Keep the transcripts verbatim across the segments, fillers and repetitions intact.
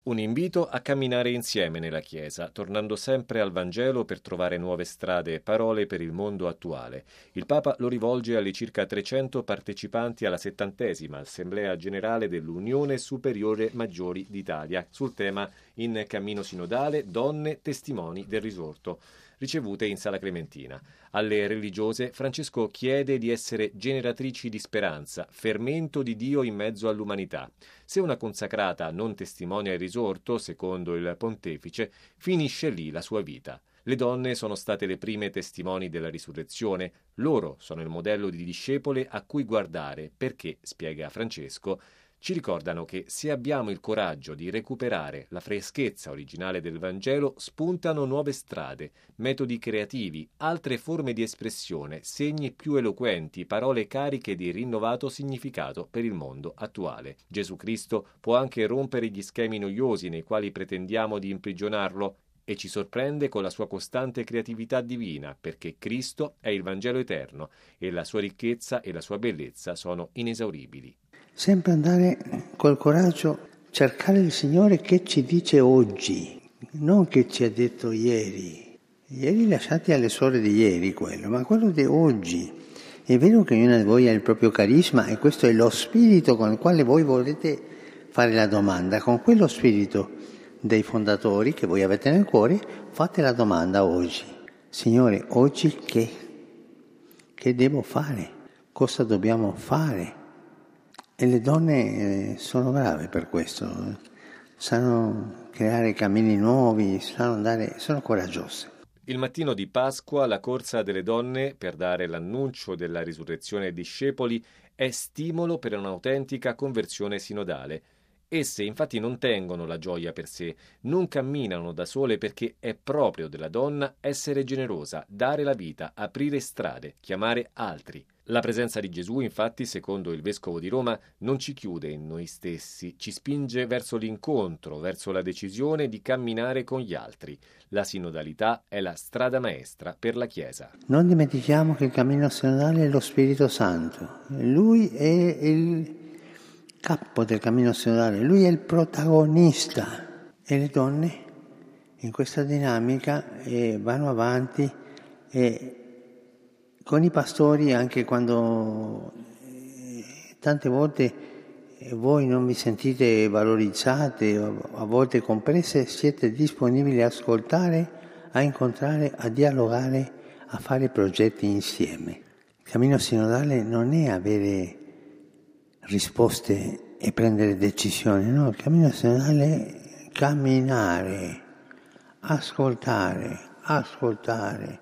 Un invito a camminare insieme nella Chiesa, tornando sempre al Vangelo per trovare nuove strade e parole per il mondo attuale. Il Papa lo rivolge alle circa trecento partecipanti alla settantesima Assemblea Generale dell'Unione Superiore Maggiori d'Italia sul tema In cammino sinodale, donne testimoni del risorto, ricevute in Sala Clementina. Alle religiose Francesco chiede di essere generatrici di speranza, fermento di Dio in mezzo all'umanità. Se una consacrata non testimonia il risorto, secondo il pontefice, finisce lì la sua vita. Le donne sono state le prime testimoni della risurrezione, loro sono il modello di discepole a cui guardare perché, spiega Francesco, ci ricordano che se abbiamo il coraggio di recuperare la freschezza originale del Vangelo, spuntano nuove strade, metodi creativi, altre forme di espressione, segni più eloquenti, parole cariche di rinnovato significato per il mondo attuale. Gesù Cristo può anche rompere gli schemi noiosi nei quali pretendiamo di imprigionarlo e ci sorprende con la sua costante creatività divina, perché Cristo è il Vangelo eterno e la sua ricchezza e la sua bellezza sono inesauribili. Sempre andare col coraggio, cercare il Signore che ci dice oggi, non che ci ha detto ieri. Ieri lasciati alle suore di ieri quello, ma quello di oggi. È vero che ognuno di voi ha il proprio carisma e questo è lo spirito con il quale voi volete fare la domanda. Con quello spirito dei fondatori che voi avete nel cuore, fate la domanda oggi. Signore, oggi che? Che devo fare? Cosa dobbiamo fare? E le donne sono brave per questo, sanno creare cammini nuovi, sanno andare, sono coraggiose. Il mattino di Pasqua la corsa delle donne per dare l'annuncio della risurrezione ai discepoli è stimolo per un'autentica conversione sinodale. Esse infatti non tengono la gioia per sé, non camminano da sole perché è proprio della donna essere generosa, dare la vita, aprire strade, chiamare altri. La presenza di Gesù, infatti, secondo il Vescovo di Roma, non ci chiude in noi stessi, ci spinge verso l'incontro, verso la decisione di camminare con gli altri. La sinodalità è la strada maestra per la Chiesa. Non dimentichiamo che il cammino sinodale è lo Spirito Santo. Lui è il capo del cammino sinodale, lui è il protagonista. E le donne in questa dinamica eh, vanno avanti e con i pastori, anche quando eh, tante volte eh, voi non vi sentite valorizzate, a volte comprese, siete disponibili a ascoltare, a incontrare, a dialogare, a fare progetti insieme. Il cammino sinodale non è avere risposte e prendere decisioni, no, il cammino sinodale è camminare, ascoltare, ascoltare,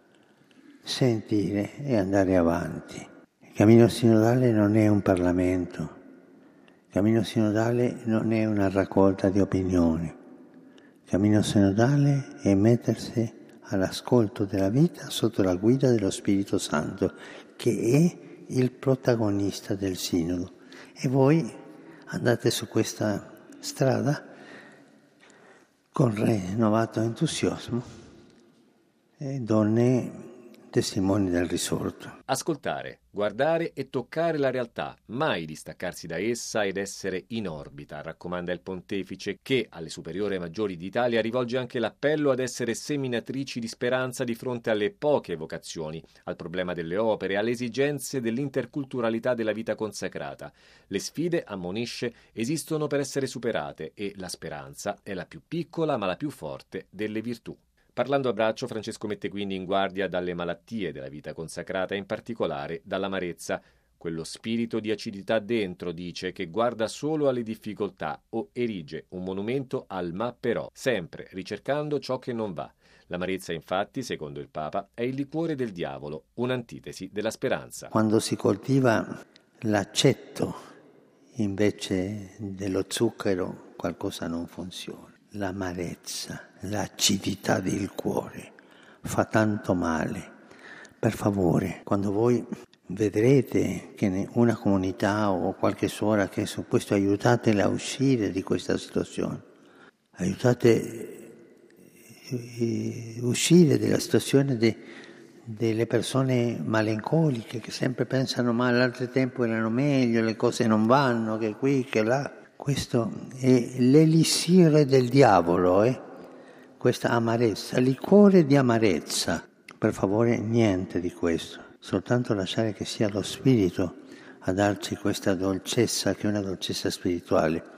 sentire e andare avanti. Il cammino sinodale non è un Parlamento, il cammino sinodale non è una raccolta di opinioni, il cammino sinodale è mettersi all'ascolto della vita sotto la guida dello Spirito Santo, che è il protagonista del sinodo. E voi andate su questa strada con rinnovato entusiasmo e donne testimoni del risorto. Ascoltare, guardare e toccare la realtà, mai distaccarsi da essa ed essere in orbita, raccomanda il pontefice che alle superiori maggiori d'Italia rivolge anche l'appello ad essere seminatrici di speranza di fronte alle poche vocazioni, al problema delle opere, alle esigenze dell'interculturalità della vita consacrata. Le sfide, ammonisce, esistono per essere superate e la speranza è la più piccola ma la più forte delle virtù. Parlando a braccio, Francesco mette quindi in guardia dalle malattie della vita consacrata, in particolare dall'amarezza, quello spirito di acidità dentro, dice, che guarda solo alle difficoltà o erige un monumento al ma però, sempre ricercando ciò che non va. L'amarezza, infatti, secondo il Papa, è il liquore del diavolo, un'antitesi della speranza. Quando si coltiva l'aceto invece dello zucchero, qualcosa non funziona. L'amarezza, l'acidità del cuore fa tanto male. Per favore, quando voi vedrete che una comunità o qualche suora che su questo, aiutatela a uscire di questa situazione, aiutate a uscire dalla situazione de, delle persone malincoliche che sempre pensano ma all'altro tempo erano meglio, le cose non vanno, che qui, che là. Questo è l'elisir del diavolo, eh? Questa amarezza, liquore di amarezza. Per favore, niente di questo, soltanto lasciare che sia lo Spirito a darci questa dolcezza, che è una dolcezza spirituale.